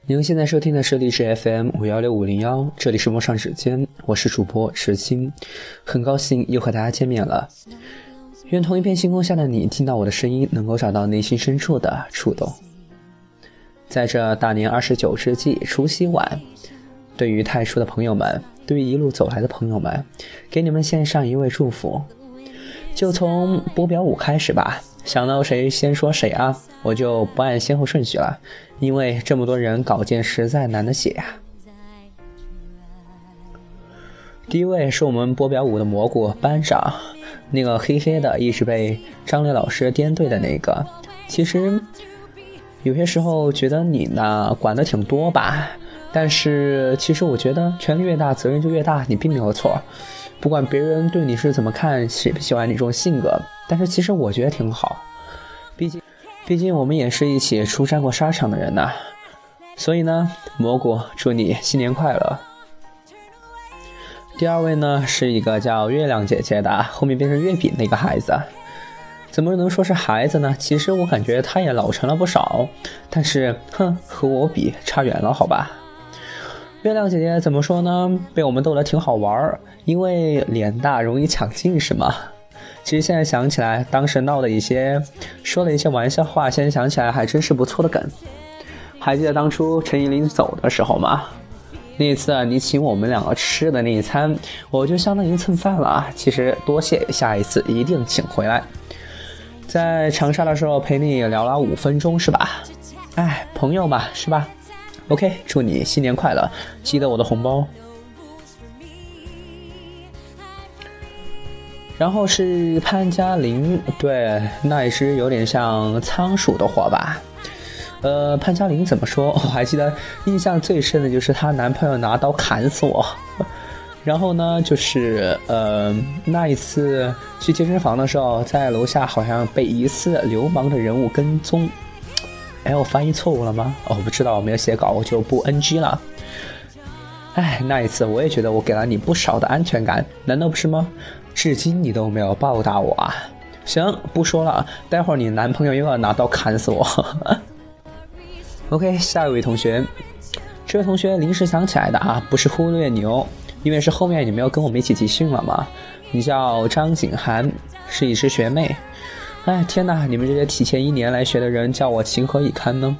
您现在收听的是荔枝 FM516501，这里是陌上指尖，我是主播池青，很高兴又和大家见面了。愿同一片星空下的你听到我的声音，能够找到内心深处的触动。在这大年29之际，除夕晚，对于太初的朋友们，对于一路走来的朋友们，给你们献上一位祝福。就从播表舞开始吧，想到谁先说谁啊，我就不按先后顺序了，因为这么多人稿件实在难得写呀。第一位是我们播表舞的蘑菇班长，那个黑黑的一直被张磊老师颠对的那个。其实有些时候觉得你呢管得挺多吧，但是其实我觉得权力越大责任就越大，你并没有错。不管别人对你是怎么看，喜不喜欢你这种性格，但是其实我觉得挺好。毕竟我们也是一起出战过沙场的人呐。所以呢，蘑菇祝你新年快乐。第二位呢是一个叫月亮姐姐的，后面变成月饼那个孩子。怎么能说是孩子呢？其实我感觉他也老成了不少，但是和我比差远了，好吧。月亮姐姐怎么说呢？被我们逗得挺好玩，因为脸大容易抢镜是吗？其实现在想起来，当时闹的说了一些玩笑话，现在想起来还真是不错的梗。还记得当初陈怡琳走的时候吗？那一次你请我们两个吃的那一餐，我就相当于蹭饭了。其实多谢，下一次一定请回来。在长沙的时候陪你聊了5分钟是吧？朋友嘛是吧？ OK， 祝你新年快乐，记得我的红包。然后是潘嘉玲，对，那也是有点像仓鼠的货吧。潘嘉玲怎么说？我还记得印象最深的就是她男朋友拿刀砍死我。然后呢，就是那一次去健身房的时候，在楼下好像被疑似流氓的人物跟踪。我翻译错误了吗？我不知道，我没有写稿，我就不 NG 了。那一次我也觉得我给了你不少的安全感，难道不是吗？至今你都没有报答我啊！行，不说了，待会儿你男朋友又要拿刀砍死我。OK， 下一位同学，这位同学临时想起来的啊，不是忽略你哦，因为是后面你没有跟我们一起集训了嘛。你叫张景涵，是一师学妹。天哪，你们这些提前1年来学的人，叫我情何以堪呢？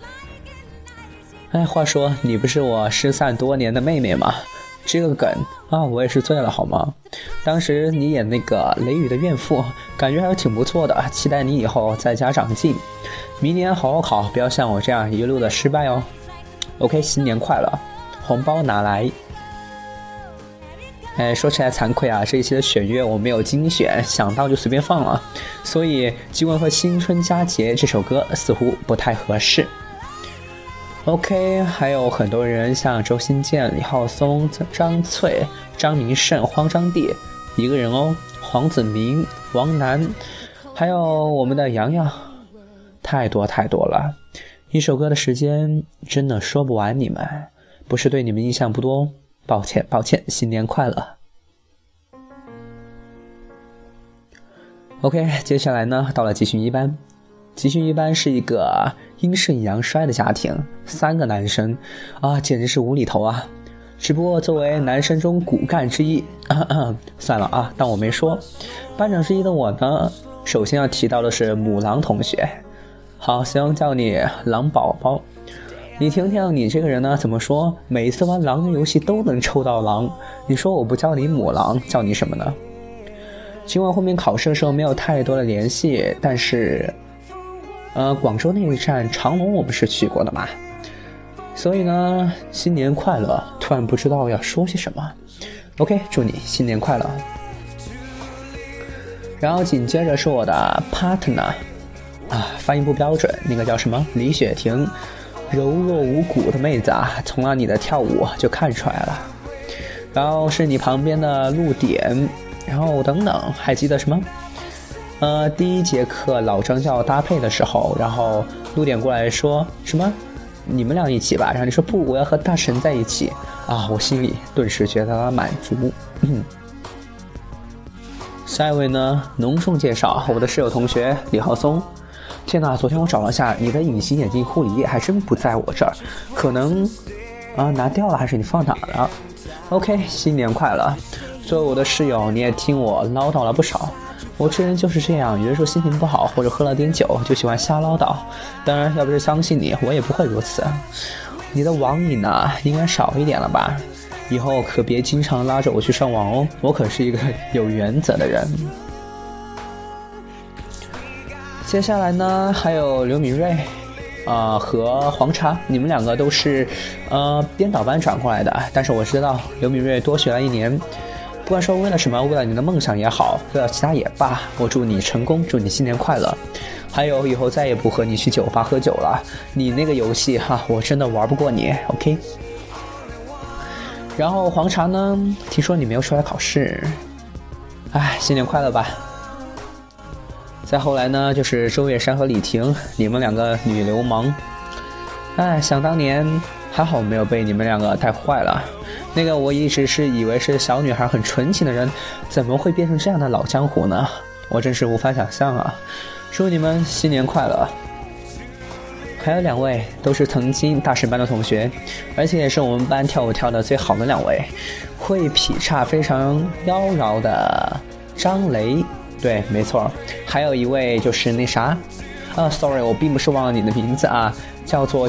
话说你不是我失散多年的妹妹吗？这个梗啊，我也是醉了好吗？当时你演那个雷雨的怨妇，感觉还是挺不错的，期待你以后再加长进，明年好好考，不要像我这样一路的失败哦。OK， 新年快乐，红包拿来。说起来惭愧啊，这一期的选乐我没有精选，想到就随便放了，所以尽管和新春佳节这首歌似乎不太合适。OK， 还有很多人像周新建、李浩松、张翠、张明胜、荒张帝一个人哦，黄子明、王楠，还有我们的洋洋，太多了。一首歌的时间真的说不完，你们不是对你们印象不多，抱歉，新年快乐。OK， 接下来呢，到了集训一班。集训一班是一个阴盛阳衰的家庭，3个男生啊，简直是无厘头啊。只不过作为男生中骨干之一，算了啊，当我没说。班长之一的我呢，首先要提到的是母狼同学。好，行，叫你狼宝宝。你听听你这个人呢怎么说，每一次玩狼人游戏都能抽到狼，你说我不叫你母狼，叫你什么呢？尽管后面考试的时候没有太多的联系，但是广州那一站长隆我们是去过的嘛，所以呢新年快乐，突然不知道要说些什么。 OK， 祝你新年快乐。然后紧接着是我的 partner 发音不标准，那个叫什么李雪婷，柔弱无骨的妹子啊，从了你的跳舞就看出来了。然后是你旁边的陆点，然后等等，还记得什么？第一节课老张叫搭配的时候，然后陆点过来说什么你们俩一起吧，然后你说不，我要和大神在一起啊，我心里顿时觉得满足。下一位呢，隆重介绍我的室友同学李浩松。 天哪，昨天我找了下，你的隐形眼镜护理液还真不在我这儿，可能拿掉了，还是你放哪儿了 ？OK， 新年快乐！作为我的室友，你也听我唠叨了不少。我这人就是这样，有的时候心情不好或者喝了点酒，就喜欢瞎唠叨。当然，要不是相信你，我也不会如此。你的网瘾呢，应该少一点了吧？以后可别经常拉着我去上网哦，我可是一个有原则的人。接下来呢，还有刘敏瑞，和黄茶，你们两个都是编导班转过来的，但是我知道刘敏瑞多学了1年。不管说为了什么，为了你的梦想也好，为了其他也罢，我祝你成功，祝你新年快乐。还有以后再也不和你去酒吧喝酒了，你那个游戏我真的玩不过你 ，OK。然后黄茶呢，听说你没有出来考试，新年快乐吧。再后来呢，就是周月山和李婷，你们两个女流氓。想当年还好没有被你们两个带坏了。那个我一直是以为是小女孩很纯情的人，怎么会变成这样的老江湖呢？我真是无法想象啊！祝你们新年快乐。还有2位都是曾经大神班的同学，而且也是我们班跳舞跳得最好的2位，会劈叉非常妖娆的张雷，对，没错。还有1位就是那啥，sorry， 我并不是忘了你的名字啊，叫做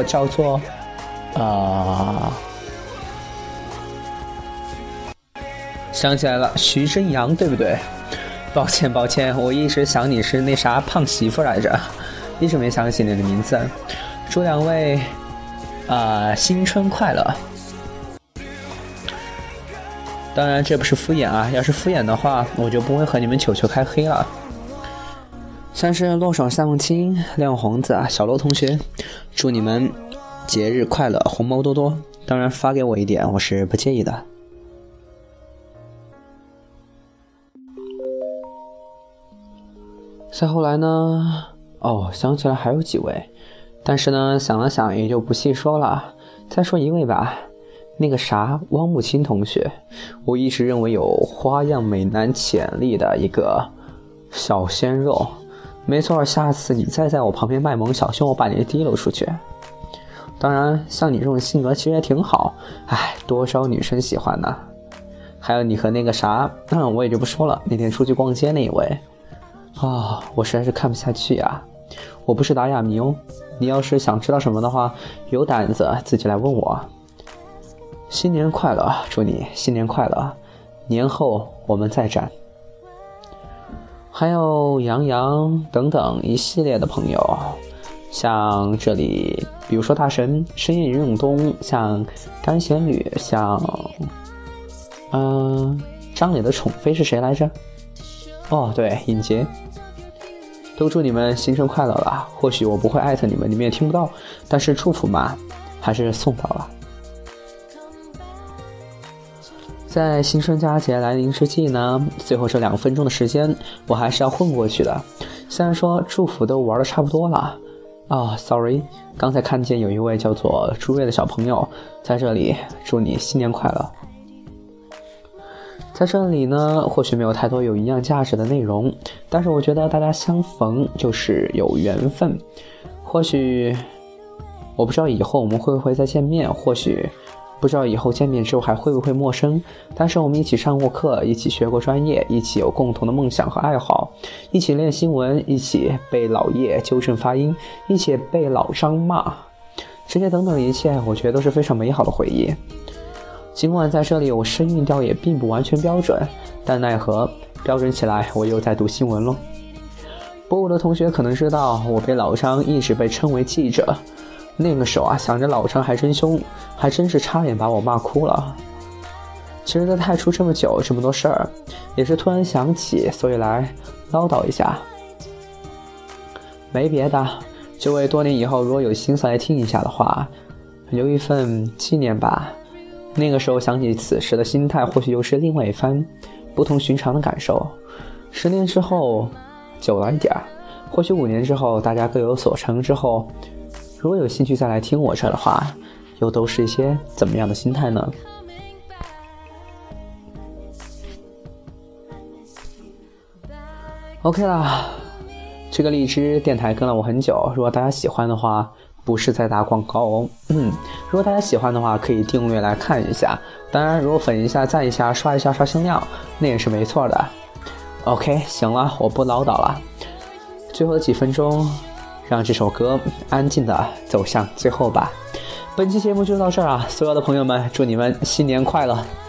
想起来了，徐真阳，对不对？抱歉，我一直想你是那啥胖媳妇来着，一直没想起你的名字。祝2位新春快乐。当然这不是敷衍啊，要是敷衍的话，我就不会和你们球开黑了。像是洛爽、夏梦清、亮红子、小罗同学，祝你们节日快乐，红包多多。当然发给我一点，我是不介意的。再后来呢，想起来还有几位，但是呢，想了想也就不细说了。再说1位吧，那个啥，汪木青同学，我一直认为有花样美男潜力的一个小鲜肉。没错，下次你再在我旁边卖萌小胸，我把你提溜出去。当然，像你这种性格其实也挺好，多少女生喜欢呢。还有你和那个啥，我也就不说了，那天出去逛街那一位。我实在是看不下去呀！我不是打哑谜哦，你要是想知道什么的话，有胆子自己来问我。新年快乐，祝你新年快乐，年后我们再战。还有杨洋等等一系列的朋友，像这里，比如说大神深夜任永东，像甘贤吕，像张磊的宠妃是谁来着？对，尹杰。都祝你们新春快乐了，或许我不会艾特你们，你们也听不到，但是祝福嘛，还是送到了。在新春佳节来临之际呢，最后这2分钟的时间，我还是要混过去的。虽然说祝福都玩的差不多了，sorry， 刚才看见有1位叫做朱瑞的小朋友在这里，祝你新年快乐。在这里呢，或许没有太多有营养价值的内容，但是我觉得大家相逢就是有缘分。或许我不知道以后我们会不会再见面，或许不知道以后见面之后还会不会陌生，但是我们一起上过课，一起学过专业，一起有共同的梦想和爱好，一起练新闻，一起被老叶纠正发音，一起被老张骂，这些等等一切，我觉得都是非常美好的回忆。尽管在这里我声韵调也并不完全标准，但奈何标准起来我又在读新闻咯。播我的同学可能知道，我被老张一直被称为记者，那个时候想着老张还真凶，还真是差点把我骂哭了。其实在太初这么久，这么多事儿，也是突然想起，所以来唠叨一下。没别的，就为多年以后如果有心思来听一下的话，留一份纪念吧。那个时候想起此时的心态，或许又是另外一番不同寻常的感受。10年之后久了一点，或许5年之后大家各有所成之后，如果有兴趣再来听我这的话，又都是一些怎么样的心态呢？OK 啦， 这个荔枝电台跟了我很久，如果大家喜欢的话，不是在打广告哦。如果大家喜欢的话，可以订阅来看一下。当然，如果粉一下、赞一下、刷一下、刷星亮，那也是没错的。OK， 行了，我不唠叨了。最后的几分钟，让这首歌安静的走向最后吧。本期节目就到这儿啊，所有的朋友们，祝你们新年快乐！